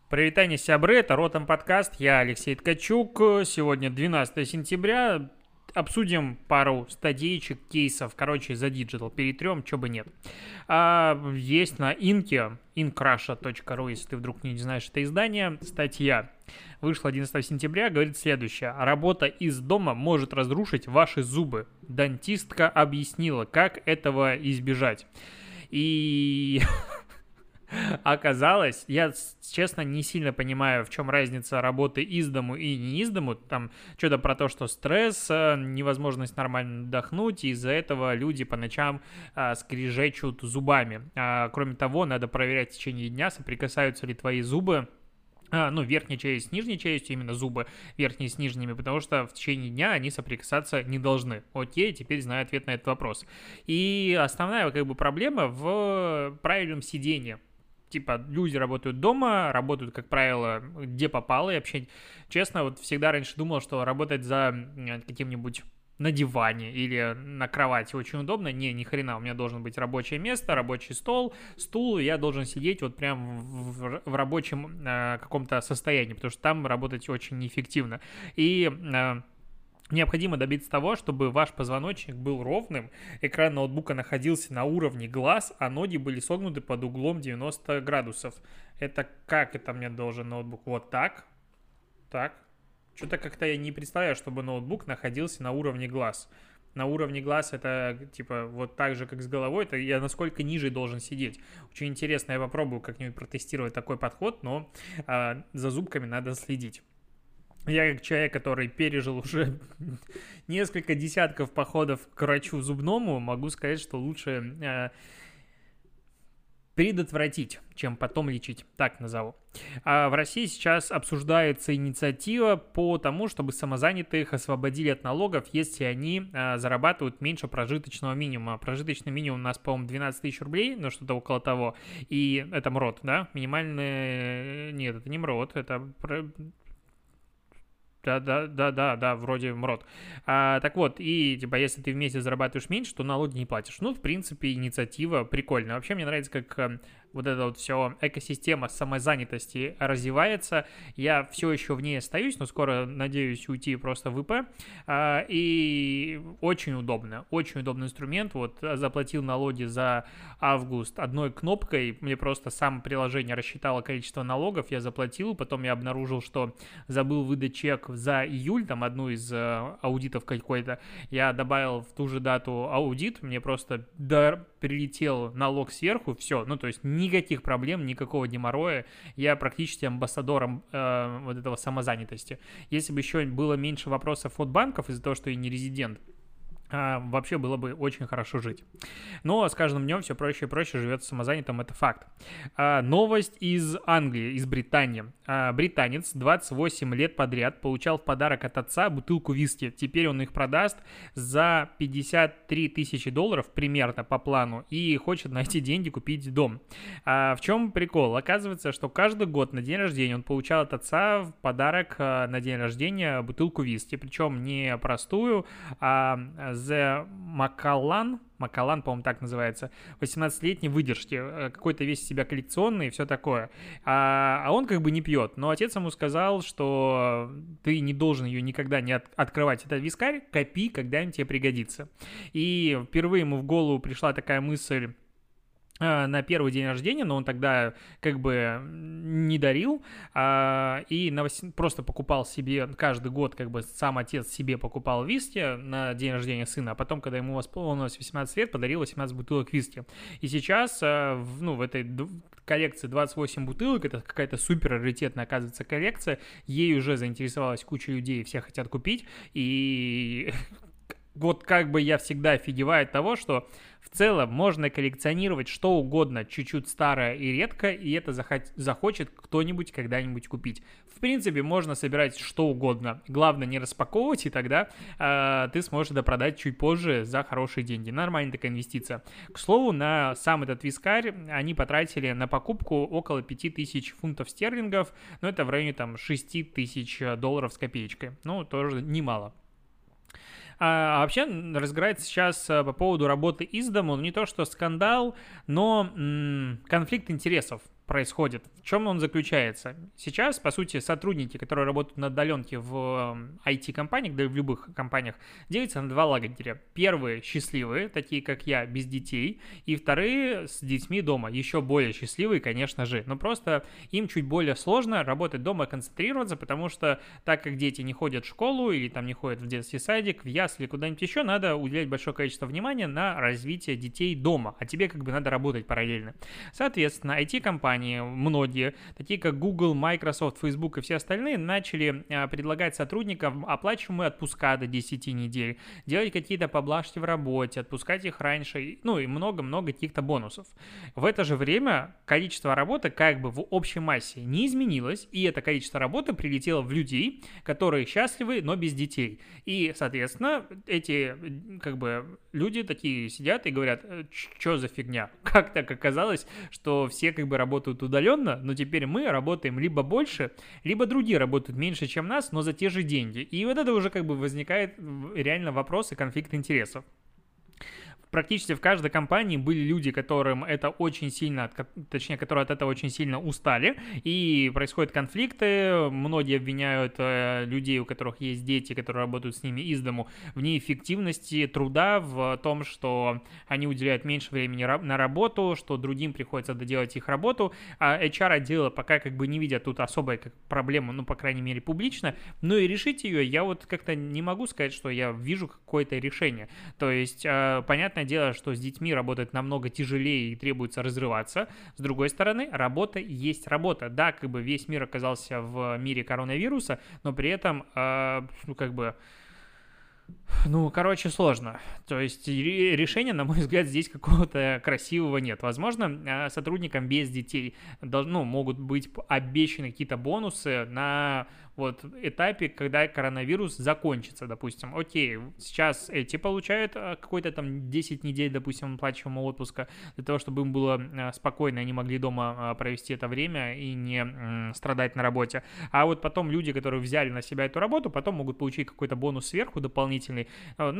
Привет, сябры, это Ротом подкаст, я Алексей Ткачук. Сегодня 12 сентября, обсудим пару статейчек, кейсов, короче, за Digital перетрем, чё бы нет. Есть на Инке, inkrusha.ru, если ты вдруг не знаешь это издание, статья. Вышла 11 сентября, говорит следующее. Работа из дома может разрушить ваши зубы. Дантистка объяснила, как этого избежать. И оказалось, я, честно, не сильно понимаю, в чем разница работы из дому и не из дому. Там что-то про то, что стресс, невозможность нормально отдохнуть, и из-за этого люди по ночам скрежещут зубами. Кроме того, надо проверять в течение дня, соприкасаются ли твои зубы, верхняя челюсть с нижней челюстью, именно зубы верхние с нижними, потому что в течение дня они соприкасаться не должны. Окей, теперь знаю ответ на этот вопрос. И основная проблема в правильном сидении. Типа, люди работают дома, работают, как правило, где попало. И вообще, честно, вот всегда раньше думал, что работать за каким-нибудь на диване или на кровати очень удобно. Ни хрена, у меня должен быть рабочее место, рабочий стул, и я должен сидеть вот прям в рабочем каком-то состоянии, потому что там работать очень неэффективно. И необходимо добиться того, чтобы ваш позвоночник был ровным, экран ноутбука находился на уровне глаз, а ноги были согнуты под углом 90 градусов. Это как это мне должен ноутбук? Вот так? Так. Что-то как-то я не представляю, чтобы ноутбук находился на уровне глаз. На уровне глаз это типа вот так же, как с головой, это я насколько ниже должен сидеть. Очень интересно, я попробую как-нибудь протестировать такой подход, но за зубками надо следить. Я как человек, который пережил уже несколько десятков походов к врачу зубному, могу сказать, что лучше предотвратить, чем потом лечить, так назову. В России сейчас обсуждается инициатива по тому, чтобы самозанятых освободили от налогов, если они зарабатывают меньше прожиточного минимума. Прожиточный минимум у нас, по-моему, 12 тысяч рублей, но что-то около того. И это МРОТ, да? Минимальный... Нет, это не МРОТ, это... Да, вроде МРОТ. Так вот, и типа, если ты в месяц зарабатываешь меньше, то налоги не платишь. Ну, в принципе, инициатива прикольная. Вообще, мне нравится, как вот эта вот все экосистема самозанятости развивается. Я все еще в ней остаюсь, но скоро надеюсь уйти просто в ИП. И очень удобный инструмент. Вот заплатил налоги за август одной кнопкой. Мне просто само приложение рассчитало количество налогов, я заплатил, потом я обнаружил, что забыл выдать чек за июль, там одну из аудитов какой-то, я добавил в ту же дату аудит, мне просто прилетел налог сверху, все, ну то есть никаких проблем, никакого геморроя, я практически амбассадором вот этого самозанятости. Если бы еще было меньше вопросов от банков из-за того, что я не резидент, вообще было бы очень хорошо жить. Но с каждым днем все проще и проще живется самозанятым, это факт. Новость из Англии, из Британии. Британец 28 лет подряд получал в подарок от отца бутылку виски. Теперь он их продаст за 53 тысячи долларов примерно по плану и хочет на эти деньги купить дом. В чем прикол? Оказывается, что каждый год на день рождения он получал от отца в подарок на день рождения бутылку виски. Причем не простую, а The Macallan, по-моему, так называется, 18-летней выдержки, какой-то весь из себя коллекционный и все такое. А он как бы не пьет, но отец ему сказал, что ты не должен ее никогда не открывать, этот вискарь, копи, когда-нибудь тебе пригодится. И впервые ему в голову пришла такая мысль на первый день рождения, но он тогда как бы не дарил, и просто покупал себе каждый год, как бы сам отец себе покупал виски на день рождения сына, а потом, когда ему исполнилось 18 лет, подарил 18 бутылок виски. И сейчас, в этой коллекции 28 бутылок, это какая-то супер раритетная, оказывается, коллекция, ей уже заинтересовалась куча людей, все хотят купить, и вот как бы я всегда офигеваю от того, что в целом можно коллекционировать что угодно, чуть-чуть старое и редко, и это захочет кто-нибудь когда-нибудь купить. В принципе, можно собирать что угодно. Главное не распаковывать, и тогда ты сможешь это продать чуть позже за хорошие деньги. Нормальная такая инвестиция. К слову, на сам этот вискарь они потратили на покупку около 5000 фунтов стерлингов, но это в районе там 6000 долларов с копеечкой. Ну, тоже немало. А вообще разгорается сейчас по поводу работы из дому, не то что скандал, но конфликт интересов. происходит. В чем он заключается? Сейчас, по сути, сотрудники, которые работают на удаленке в IT-компаниях, да и в любых компаниях, делятся на два лагеря. Первые счастливые, такие как я, без детей, и вторые с детьми дома, еще более счастливые, конечно же. Но просто им чуть более сложно работать дома и концентрироваться, потому что так как дети не ходят в школу или там не ходят в детский садик, в ясли, куда-нибудь еще, надо уделять большое количество внимания на развитие детей дома, а тебе как бы надо работать параллельно. Соответственно, IT-компании, многие, такие как Google, Microsoft, Facebook и все остальные, начали предлагать сотрудникам оплачиваемые отпуска до 10 недель, делать какие-то поблажки в работе, отпускать их раньше, ну и много-много каких-то бонусов. В это же время количество работы как бы в общей массе не изменилось, и это количество работы прилетело в людей, которые счастливы, но без детей. И, соответственно, эти как бы люди такие сидят и говорят, что за фигня? Как так оказалось, что все как бы работают удаленно, но теперь мы работаем либо больше, либо другие работают меньше, чем нас, но за те же деньги. И вот это уже как бы возникает реально вопрос и конфликт интересов. Практически в каждой компании были люди, которым это очень сильно, точнее, которые от этого очень сильно устали, и происходят конфликты, многие обвиняют людей, у которых есть дети, которые работают с ними из дому, в неэффективности труда, в том, что они уделяют меньше времени на работу, что другим приходится доделать их работу, а HR-отделы пока как бы не видят тут особой проблемы, ну, по крайней мере, публично, но и решить ее я вот как-то не могу сказать, что я вижу какое-то решение. То есть, понятное дело, что с детьми работать намного тяжелее и требуется разрываться. С другой стороны, работа есть работа. Да, как бы весь мир оказался в мире коронавируса, но при этом, сложно. То есть решения, на мой взгляд, здесь какого-то красивого нет. Возможно, сотрудникам без детей могут быть обещаны какие-то бонусы на вот этапе, когда коронавирус закончится, допустим. Окей, сейчас эти получают какой-то там 10 недель, допустим, оплачиваемого отпуска, для того, чтобы им было спокойно, они могли дома провести это время и не страдать на работе. А вот потом люди, которые взяли на себя эту работу, потом могут получить какой-то бонус сверху дополнительный,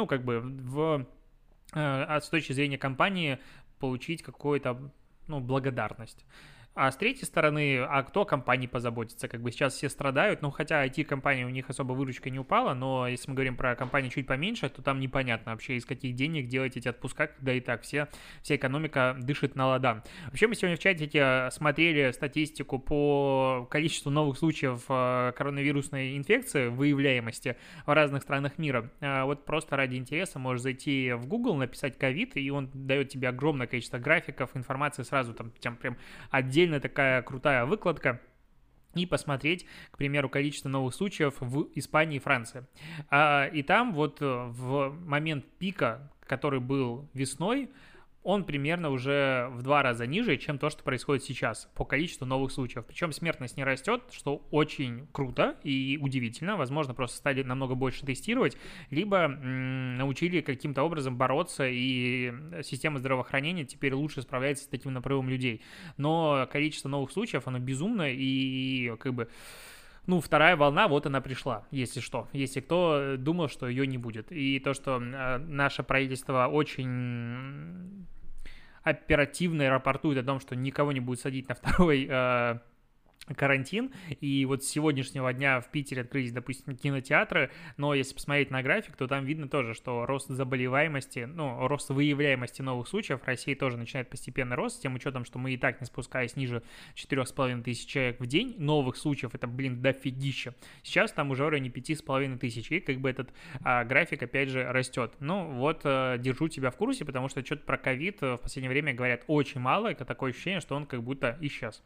с точки зрения компании получить какую-то, благодарность. А с третьей стороны, а кто о компании позаботится? Как бы сейчас все страдают, хотя IT-компания, у них особо выручка не упала, но если мы говорим про компании чуть поменьше, то там непонятно вообще, из каких денег делать эти отпуска, когда и так вся экономика дышит на ладан. Вообще мы сегодня в чатике смотрели статистику по количеству новых случаев коронавирусной инфекции, выявляемости в разных странах мира. Вот просто ради интереса можешь зайти в Google, написать ковид, и он дает тебе огромное количество графиков, информации сразу, там прям отдельно такая крутая выкладка, и посмотреть, к примеру, количество новых случаев в Испании и Франции. И там вот в момент пика, который был весной, он примерно уже в 2 раза ниже, чем то, что происходит сейчас по количеству новых случаев. Причем смертность не растет, что очень круто и удивительно. Возможно, просто стали намного больше тестировать, либо научили каким-то образом бороться, и система здравоохранения теперь лучше справляется с таким наплывом людей. Но количество новых случаев, оно безумное, и как бы... вторая волна, вот она пришла, если что. Если кто думал, что ее не будет. И то, что наше правительство очень оперативно рапортует о том, что никого не будет садить на второй карантин, и вот с сегодняшнего дня в Питере открылись, допустим, кинотеатры, но если посмотреть на график, то там видно тоже, что рост заболеваемости, рост выявляемости новых случаев в России тоже начинает постепенно рост, с тем учетом, что мы и так не спускаясь ниже 4500 человек в день, новых случаев это, дофигища. Сейчас там уже в районе 5500, и как бы этот график опять же растет. Держу тебя в курсе, потому что что-то про ковид в последнее время говорят очень мало, это такое ощущение, что он как будто исчез.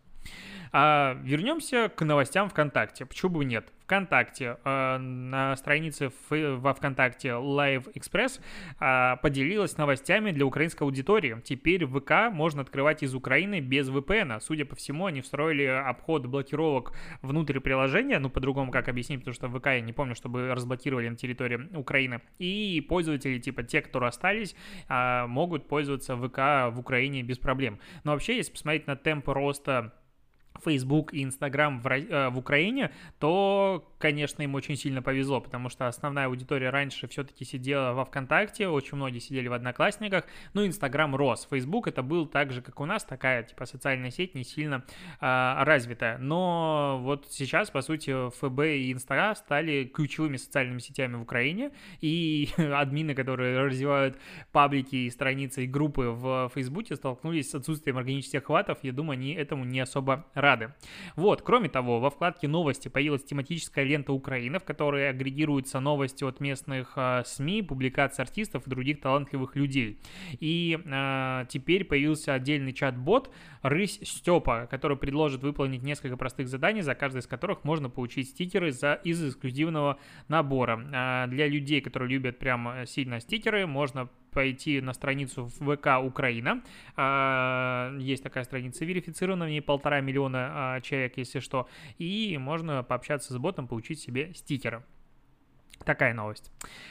Вернемся к новостям ВКонтакте. Почему бы нет? ВКонтакте, на странице во ВКонтакте Live Express поделилась новостями для украинской аудитории. Теперь ВК можно открывать из Украины без VPN. Судя по всему, они встроили обход блокировок внутрь приложения, по-другому как объяснить, потому что ВК я не помню, чтобы разблокировали на территории Украины. И пользователи, те, которые остались, могут пользоваться ВК в Украине без проблем. Но вообще, если посмотреть на темпы роста Facebook и Instagram в Украине, то, конечно, им очень сильно повезло, потому что основная аудитория раньше все-таки сидела во ВКонтакте, очень многие сидели в Одноклассниках, ну, Instagram рос. Facebook это был так же, как у нас, такая, типа, социальная сеть не сильно развитая. Но вот сейчас, по сути, ФБ и Инстаграм стали ключевыми социальными сетями в Украине, и админы, которые развивают паблики и страницы и группы в Фейсбуке, столкнулись с отсутствием органических охватов. Я думаю, они этому не особо рады. Вот, кроме того, во вкладке «Новости» появилась тематическая лента Украины, в которой агрегируются новости от местных СМИ, публикации артистов и других талантливых людей. И теперь появился отдельный чат-бот «Рысь Степа», который предложит выполнить несколько простых заданий, за каждое из которых можно получить стикеры из эксклюзивного набора. Для людей, которые любят прям сильно стикеры, можно пойти на страницу ВК Украина. Есть такая страница верифицированная, в ней 1,5 миллиона человек, если что. И можно пообщаться с ботом, получить себе стикеры. Такая новость.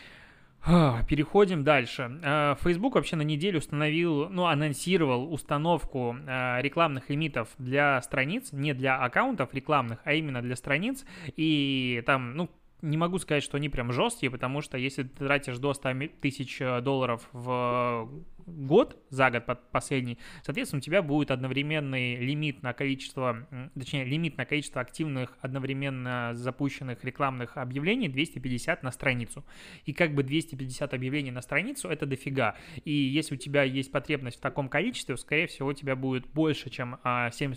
Переходим дальше. Facebook вообще на неделю анонсировал установку рекламных лимитов для страниц, не для аккаунтов рекламных, а именно для страниц. И там, не могу сказать, что они прям жесткие, потому что если ты тратишь до 100 тысяч долларов в год, за год последний, соответственно, у тебя будет одновременный лимит на количество, лимит на количество активных одновременно запущенных рекламных объявлений 250 на страницу. И как бы 250 объявлений на страницу — это дофига. И если у тебя есть потребность в таком количестве, скорее всего, у тебя будет больше, чем 7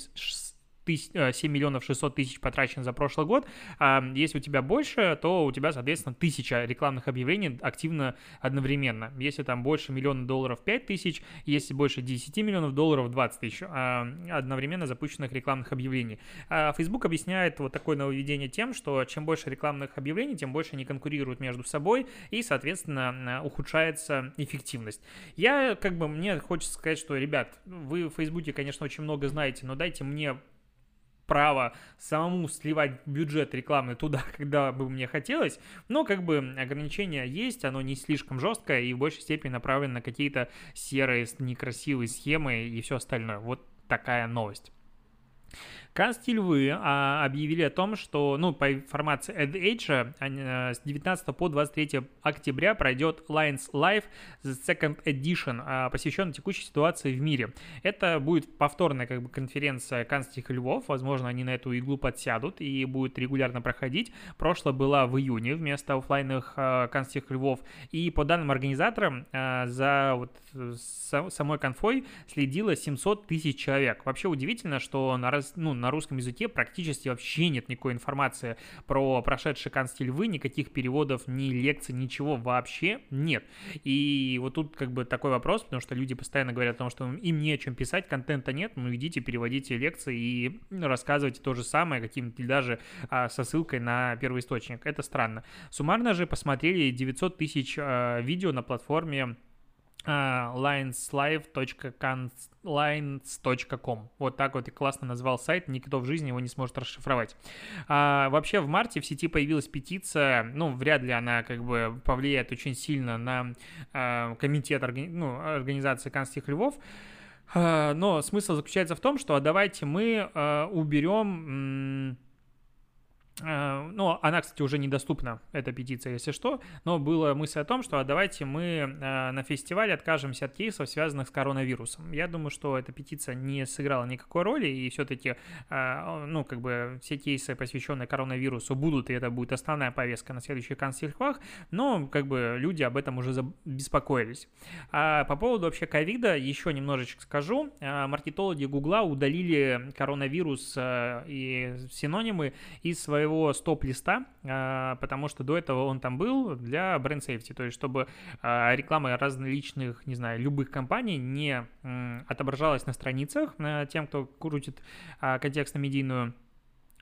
миллионов 600 тысяч потрачено за прошлый год. Если у тебя больше, то у тебя, соответственно, 1000 рекламных объявлений активно одновременно. Если там больше $1 миллиона 5 тысяч, если больше 10 миллионов долларов 20 тысяч одновременно запущенных рекламных объявлений. Facebook объясняет вот такое нововведение тем, что чем больше рекламных объявлений, тем больше они конкурируют между собой и, соответственно, ухудшается эффективность. Мне хочется сказать, что, ребят, вы в Фейсбуке, конечно, очень много знаете, но дайте мне право самому сливать бюджет рекламный туда, когда бы мне хотелось, но ограничение есть, оно не слишком жесткое и в большей степени направлено на какие-то серые, некрасивые схемы и все остальное. Вот такая новость. Каннские львы объявили о том, что, по информации AdAge, с 19 по 23 октября пройдет Lions Live The Second Edition, посвященный текущей ситуации в мире. Это будет повторная конференция каннских львов, возможно, они на эту иглу подсядут и будет регулярно проходить. Прошлая была в июне вместо оффлайнных каннских львов, и по данным организаторам, за самой конфой следило 700 тысяч человек. Вообще удивительно, что на русском языке практически вообще нет никакой информации про прошедшие каннские львы, никаких переводов, ни лекций, ничего вообще нет. И вот тут такой вопрос, потому что люди постоянно говорят о том, что им не о чем писать, контента нет, идите, переводите лекции и рассказывайте то же самое, каким-то даже со ссылкой на первоисточник. Это странно. Суммарно же посмотрели 900 тысяч видео на платформе lionslive.com. Вот так вот и классно назвал сайт, никто в жизни его не сможет расшифровать. Вообще в марте в сети появилась петиция, вряд ли она повлияет очень сильно на комитет организации каннских львов, но смысл заключается в том, что давайте мы уберем... она, кстати, уже недоступна, эта петиция, если что, но была мысль о том, что давайте мы на фестивале откажемся от кейсов, связанных с коронавирусом. Я думаю, что эта петиция не сыграла никакой роли, и все-таки, все кейсы, посвященные коронавирусу, будут, и это будет основная повестка на следующих каннских львах, но, люди об этом уже беспокоились. А по поводу вообще ковида еще немножечко скажу. Маркетологи Гугла удалили коронавирус и синонимы из своего стоп-листа, потому что до этого он там был для бренд-сейфти, то есть чтобы реклама различных, любых компаний не отображалась на страницах тем, кто крутит контекстно-медийную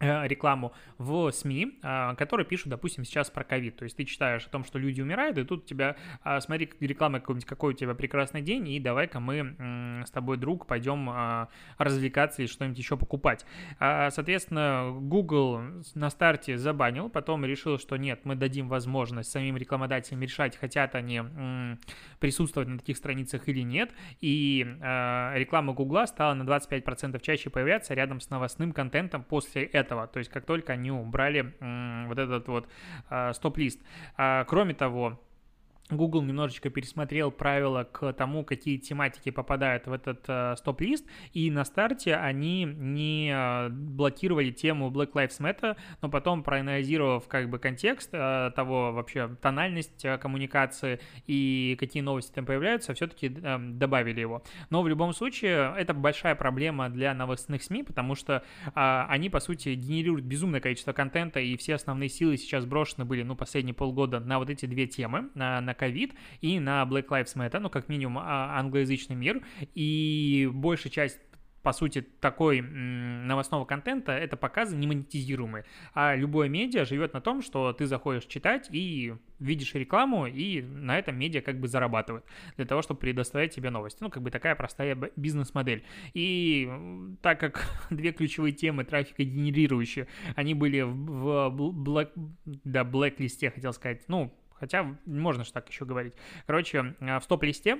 рекламу в СМИ, которые пишут, допустим, сейчас про ковид. То есть ты читаешь о том, что люди умирают, и тут у тебя, смотри, реклама какой-нибудь, какой у тебя прекрасный день, и давай-ка мы с тобой, друг, пойдем развлекаться и что-нибудь еще покупать. Соответственно, Google на старте забанил, потом решил, что нет, мы дадим возможность самим рекламодателям решать, хотят они присутствовать на таких страницах или нет, и реклама Google стала на 25% чаще появляться рядом с новостным контентом после этого. То есть как только они убрали вот этот вот стоп-лист. Кроме того, Google немножечко пересмотрел правила к тому, какие тематики попадают в этот стоп-лист, и на старте они не блокировали тему Black Lives Matter, но потом, проанализировав как бы контекст того вообще, тональность коммуникации и какие новости там появляются, все-таки добавили его. Но в любом случае это большая проблема для новостных СМИ, потому что они, по сути, генерируют безумное количество контента, и все основные силы сейчас брошены были, последние полгода на вот эти две темы, на ковид и на Black Lives Matter, как минимум англоязычный мир, и большая часть, по сути, такой новостного контента — это показы немонетизируемые, а любое медиа живет на том, что ты заходишь читать и видишь рекламу, и на этом медиа как бы зарабатывает для того, чтобы предоставлять тебе новости. Как бы такая простая бизнес-модель. И так как две ключевые темы трафика генерирующие, они были в блэк-листе, хотел сказать, хотя можно же так еще говорить. Короче, в стоп-листе,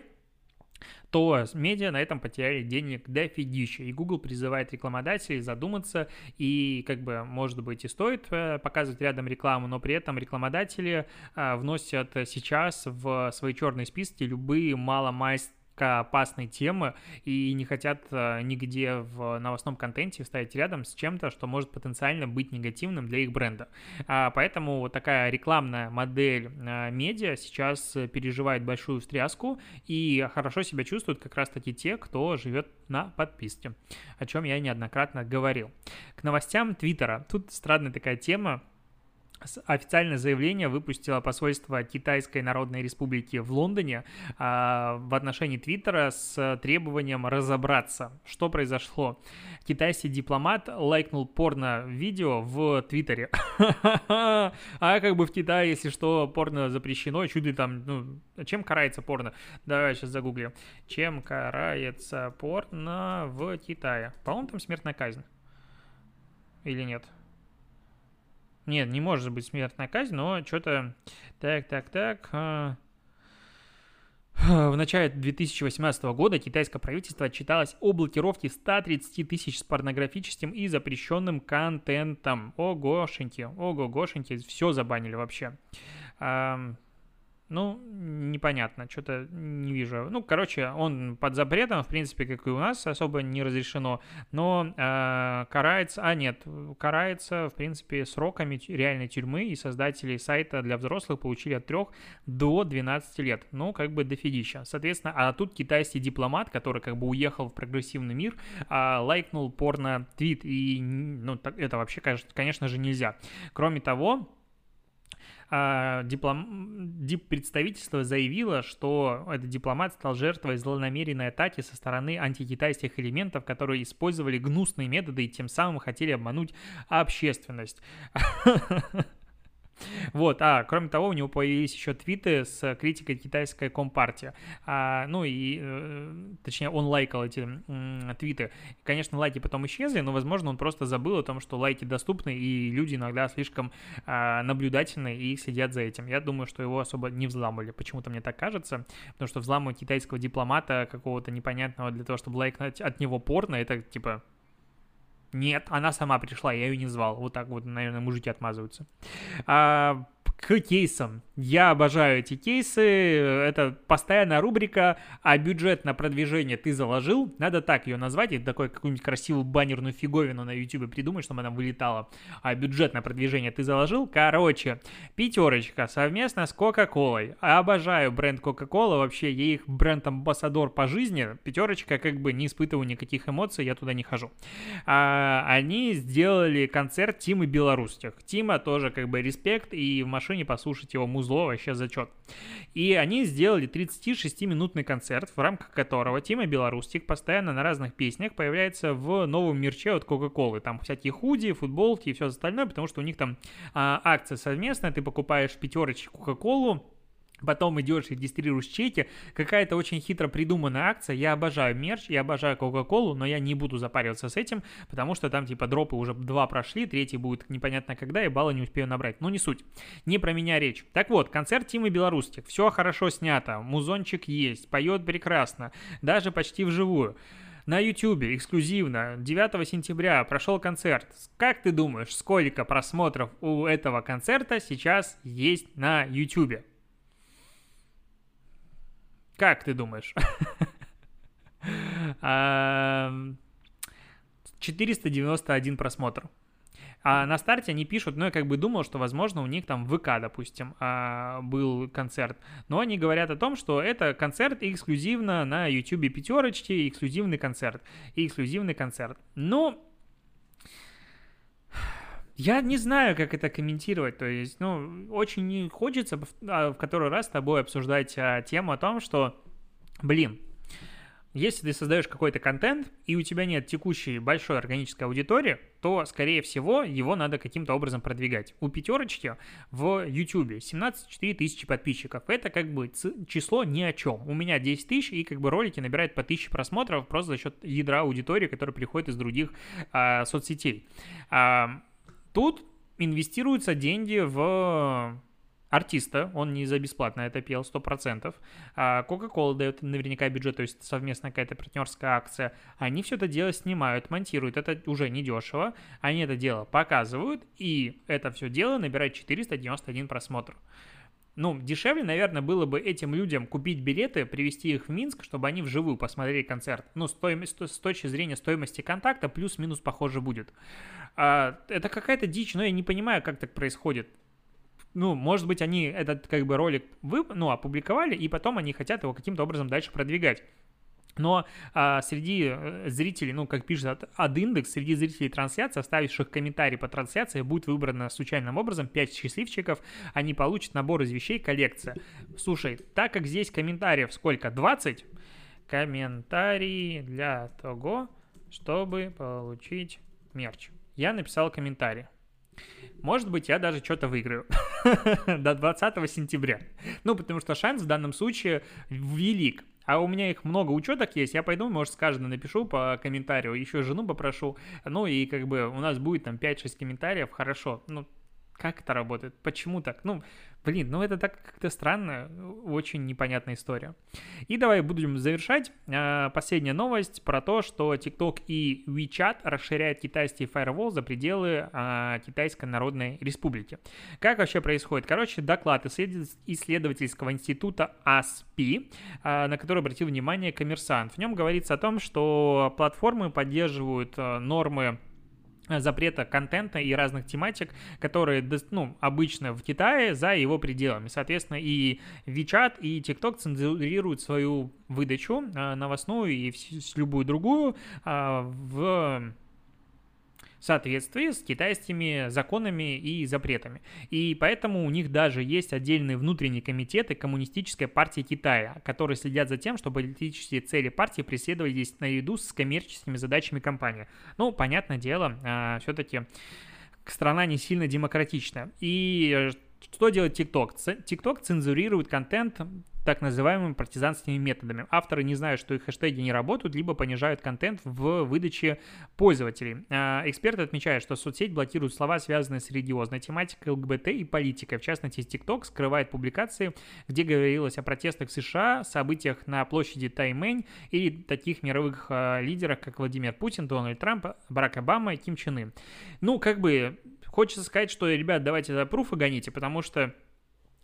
то медиа на этом потеряли денег дофигища. И Google призывает рекламодателей задуматься, и может быть, и стоит показывать рядом рекламу, но при этом рекламодатели вносят сейчас в свои черные списки любые маломальски опасные темы и не хотят нигде в новостном контенте ставить рядом с чем-то, что может потенциально быть негативным для их бренда. Поэтому вот такая рекламная модель медиа сейчас переживает большую встряску, и хорошо себя чувствуют как раз-таки те, кто живет на подписке, о чем я неоднократно говорил. К новостям Твиттера. Тут странная такая тема. Официальное заявление выпустило посольство Китайской Народной Республики в Лондоне в отношении Твиттера с требованием разобраться, что произошло. Китайский дипломат лайкнул порно-видео в Твиттере. А в Китае, если что, порно запрещено, чудо там, чем карается порно? Давай сейчас загуглим. Чем карается порно в Китае? По-моему, там смертная казнь. Или нет? Нет, не может быть смертная казнь, но что-то... Так. В начале 2018 года китайское правительство отчиталось о блокировке 130 тысяч с порнографическим и запрещенным контентом. Ого-гошеньки, все забанили вообще. Непонятно, что-то не вижу. Он под запретом, в принципе, как и у нас, особо не разрешено, но карается, в принципе, сроками реальной тюрьмы, и создатели сайта для взрослых получили от 3 до 12 лет. Дофигища. Соответственно, а тут китайский дипломат, который уехал в прогрессивный мир, лайкнул порно-твит, и это вообще, конечно же, нельзя. Кроме того, диппредставительство заявило, что этот дипломат стал жертвой злонамеренной атаки со стороны антикитайских элементов, которые использовали гнусные методы и тем самым хотели обмануть общественность. Кроме того, у него появились еще твиты с критикой китайской компартии. Точнее, он лайкал эти твиты. Конечно, лайки потом исчезли, но, возможно, он просто забыл о том, что лайки доступны, и люди иногда слишком наблюдательны и следят за этим. Я думаю, что его особо не взламывали. Почему-то мне так кажется, потому что взламывать китайского дипломата какого-то непонятного для того, чтобы лайкнуть от него порно, это типа... Нет, она сама пришла, я ее не звал. Вот так вот, наверное, мужики отмазываются. К кейсам. Я обожаю эти кейсы. Это постоянная рубрика, а бюджет на продвижение ты заложил. Надо так ее назвать. Это такой какую-нибудь красивую баннерную фиговину на YouTube придумать, чтобы она вылетала. А бюджет на продвижение ты заложил. Короче, 5 совместно с Coca-Cola. Обожаю бренд Coca-Cola. Вообще, я их бренд-амбассадор по жизни. 5 не испытываю никаких эмоций, я туда не хожу. Они сделали концерт Тимы Белорусских. Тима тоже респект, и в машине послушать его музло, вообще зачет. И они сделали 36-минутный концерт, в рамках которого Тима Белорусских постоянно на разных песнях появляется в новом мерче от Кока-Колы. Там всякие худи, футболки и все остальное, потому что у них там акция совместная, ты покупаешь в пятерочке Кока-Колу, потом идешь и регистрируешь чеки. Какая-то очень хитро придуманная акция. Я обожаю мерч, я обожаю Кока-Колу, но я не буду запариваться с этим, потому что там типа дропы уже 2 прошли, 3 будет непонятно когда, и баллы не успею набрать. Но не суть. Не про меня речь. Так вот, концерт Тимы Белорусских. Все хорошо снято, музончик есть, поет прекрасно, даже почти вживую. На YouTube эксклюзивно 9 сентября прошел концерт. Как ты думаешь, сколько просмотров у этого концерта сейчас есть на YouTube? Как ты думаешь? 491 просмотр. А на старте они пишут, ну, я как бы думал, что, возможно, у них там в ВК, допустим, был концерт. Но они говорят о том, что это концерт эксклюзивно на YouTube пятерочки, эксклюзивный концерт. Ну, я не знаю, как это комментировать, то есть, ну, очень не хочется в который раз с тобой обсуждать тему о том, что, блин, если ты создаешь какой-то контент, и у тебя нет текущей большой органической аудитории, то, скорее всего, его надо каким-то образом продвигать. У пятерочки в YouTube 17,4 тысячи подписчиков. Это как бы число ни о чем. У меня 10 тысяч, и как бы ролики набирают по 1000 просмотров просто за счет ядра аудитории, которая приходит из других соцсетей. Тут инвестируются деньги в артиста, он не за бесплатно это пел, 100%. Coca-Cola дает наверняка бюджет, то есть совместная какая-то партнерская акция. Они все это дело снимают, монтируют, это уже недешево. Они это дело показывают, и это все дело набирает 491 просмотр. Ну, дешевле, наверное, было бы этим людям купить билеты, привезти их в Минск, чтобы они вживую посмотрели концерт. Ну, с точки зрения стоимости контакта плюс-минус похоже будет. Это какая-то дичь, но я не понимаю, как так происходит. Ну, может быть, они этот как бы ролик опубликовали, и потом они хотят его каким-то образом дальше продвигать. Но среди зрителей, ну, как пишет Адиндекс, среди зрителей трансляции, оставивших комментарий по трансляции, будет выбрано случайным образом 5 счастливчиков, они получат набор из вещей коллекция. Слушай, так как здесь комментариев сколько? 20? Комментарии для того, чтобы получить мерч. Я написал комментарий. Может быть, я даже что-то выиграю до 20 сентября. Ну, потому что шанс в данном случае велик. А у меня их много учеток есть, я пойду, может, с каждым напишу по комментарию, еще жену попрошу, ну, и как бы у нас будет там 5-6 комментариев, хорошо. Ну, как это работает? Почему так? Ну, блин, ну это так как-то странно, очень непонятная история. И давай будем завершать. Последняя новость про то, что TikTok и WeChat расширяют китайский фаервол за пределы Китайской Народной Республики. Как вообще происходит? Короче, доклад исследовательского института ASPI, на который обратил внимание Коммерсант. В нем говорится о том, что платформы поддерживают нормы запрета контента и разных тематик, которые, ну, обычно в Китае за его пределами. Соответственно, и WeChat, и TikTok цензурируют свою выдачу новостную и любую другую в соответствии с китайскими законами и запретами. И поэтому у них даже есть отдельные внутренние комитеты Коммунистической партии Китая, которые следят за тем, чтобы политические цели партии преследовались наряду с коммерческими задачами компании. Ну, понятное дело, все-таки страна не сильно демократична. И что делает TikTok? TikTok цензурирует контент так называемыми партизанскими методами. Авторы не знают, что их хэштеги не работают, либо понижают контент в выдаче пользователей. Эксперты отмечают, что соцсеть блокирует слова, связанные с религиозной тематикой, ЛГБТ и политикой. В частности, TikTok скрывает публикации, где говорилось о протестах в США, событиях на площади Таймэнь или таких мировых лидерах, как Владимир Путин, Дональд Трамп, Барак Обама и Ким Чен Ын. Ну, как бы, хочется сказать, что, ребят, давайте за пруфы гоните, потому что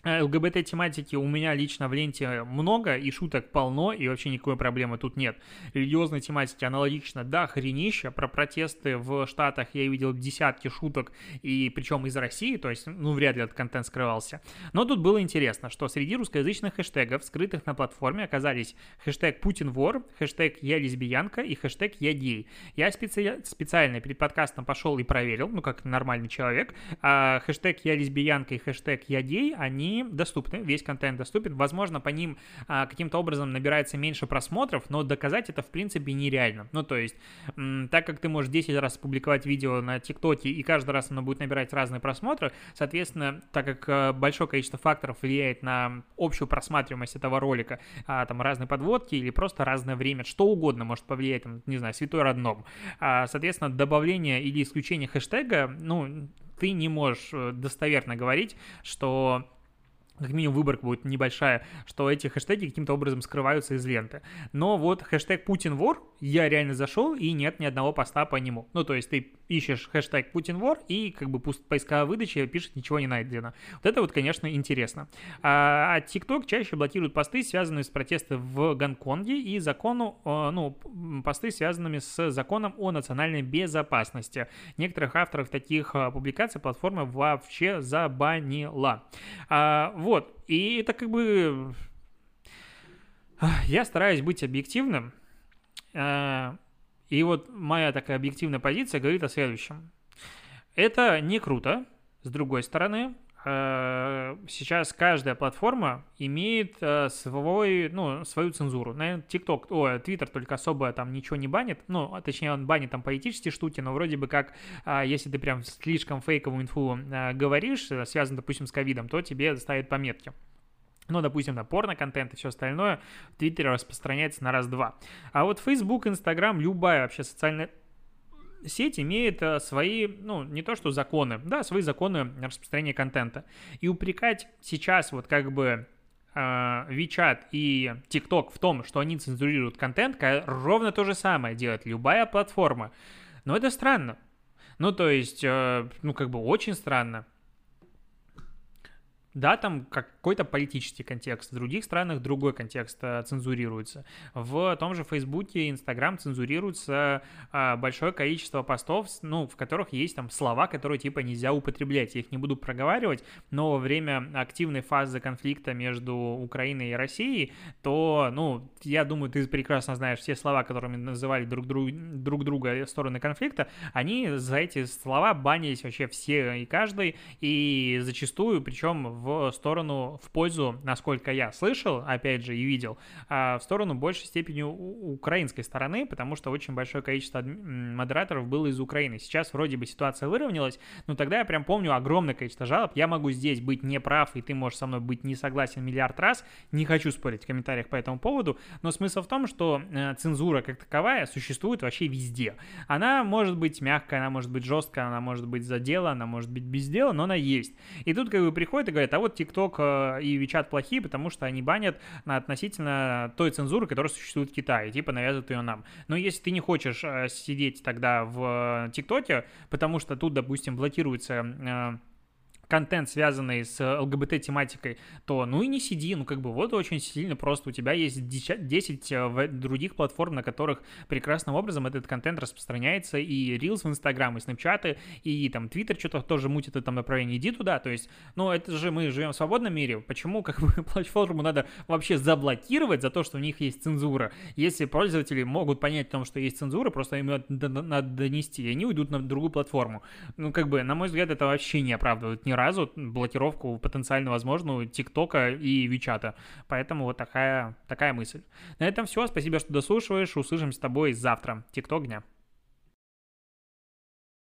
ЛГБТ-тематики у меня лично в ленте много, и шуток полно, и вообще никакой проблемы тут нет. Религиозной тематики аналогично, да, хренища. Про протесты в Штатах я видел десятки шуток, и причем из России, то есть, ну, вряд ли этот контент скрывался. Но тут было интересно, что среди русскоязычных хэштегов, скрытых на платформе, оказались хэштег «Путин вор», хэштег «Я лесбиянка» и хэштег «Я гей». Я специально перед подкастом пошел и проверил, ну, как нормальный человек, хэштег «Я лесбиянка» и хэштег «Я гей», они доступны, весь контент доступен. Возможно, по ним каким-то образом набирается меньше просмотров, но доказать это, в принципе, нереально. Ну, то есть, так как ты можешь 10 раз публиковать видео на ТикТоке, и каждый раз оно будет набирать разные просмотры, соответственно, так как большое количество факторов влияет на общую просматриваемость этого ролика, там разные подводки или просто разное время, что угодно может повлиять, там, не знаю, святой родном. Соответственно, добавление или исключение хэштега, ну, ты не можешь достоверно говорить, что как минимум выборка будет небольшая, что эти хэштеги каким-то образом скрываются из ленты. Но вот хэштег «Путин вор», я реально зашел, и нет ни одного поста по нему. Ну, то есть ты ищешь хэштег «Путин вор», и как бы поисковая выдача пишет «Ничего не найдено». Вот это вот, конечно, интересно. А TikTok чаще блокирует посты, связанные с протестами в Гонконге, и посты, связанными с законом о национальной безопасности. Некоторых авторов таких публикаций платформа вообще забанила. Вот, и это как бы... Я стараюсь быть объективным, и вот моя такая объективная позиция говорит о следующем. Это не круто, с другой стороны. Сейчас каждая платформа имеет свою цензуру. Наверное, Twitter только особо там ничего не банит. Ну, точнее, он банит там политические штуки, но вроде бы как, если ты прям слишком фейковую инфу говоришь, связан, допустим, с ковидом, то тебе ставят пометки. Ну, допустим, на порно-контент и все остальное в Твиттере распространяется на раз-два. А вот Facebook, Instagram, любая вообще социальная сеть имеет свои, ну, не то что законы, да, свои законы распространения контента. И упрекать сейчас вот как бы WeChat и TikTok в том, что они цензурируют контент, ровно то же самое делает любая платформа. Но это странно. Ну, то есть, как бы очень странно. Да, там какой-то политический контекст, в других странах другой контекст цензурируется. В том же Фейсбуке и Инстаграм цензурируется большое количество постов, ну, в которых есть там слова, которые типа нельзя употреблять. Я их не буду проговаривать, но во время активной фазы конфликта между Украиной и Россией, то, ну, я думаю, ты прекрасно знаешь все слова, которыми называли друг друга стороны конфликта, они за эти слова банились вообще все и каждый, и зачастую, причем в пользу, насколько я слышал, опять же, и видел, в сторону большей степени украинской стороны, потому что очень большое количество модераторов было из Украины. Сейчас вроде бы ситуация выровнялась, но тогда я прям помню огромное количество жалоб. Я могу здесь быть неправ, и ты можешь со мной быть не согласен миллиард раз. Не хочу спорить в комментариях по этому поводу, но смысл в том, что цензура как таковая существует вообще везде. Она может быть мягкая, она может быть жесткая, она может быть за дело, она может быть без дела, но она есть. И тут как бы приходят и говорят, а вот TikTok и WeChat плохие, потому что они банят относительно той цензуры, которая существует в Китае, типа навязывают ее нам. Но если ты не хочешь сидеть тогда в ТикТоке, потому что тут, допустим, блокируется контент, связанный с ЛГБТ-тематикой, то ну и не сиди, ну как бы вот очень сильно просто. У тебя есть 10 других платформ, на которых прекрасным образом этот контент распространяется, и Reels в Instagram, и Snapchat, и там Twitter что-то тоже мутит в этом направлении. Иди туда, то есть, ну это же мы живем в свободном мире, почему как бы платформу надо вообще заблокировать за то, что у них есть цензура? Если пользователи могут понять о том, что есть цензура, просто им надо донести, и они уйдут на другую платформу. Ну как бы, на мой взгляд, это вообще не оправдывает ни разу блокировку потенциально возможную ТикТока и Вичата. Поэтому вот такая мысль. На этом все. Спасибо, что дослушиваешь. Услышимся с тобой завтра. ТикТок дня.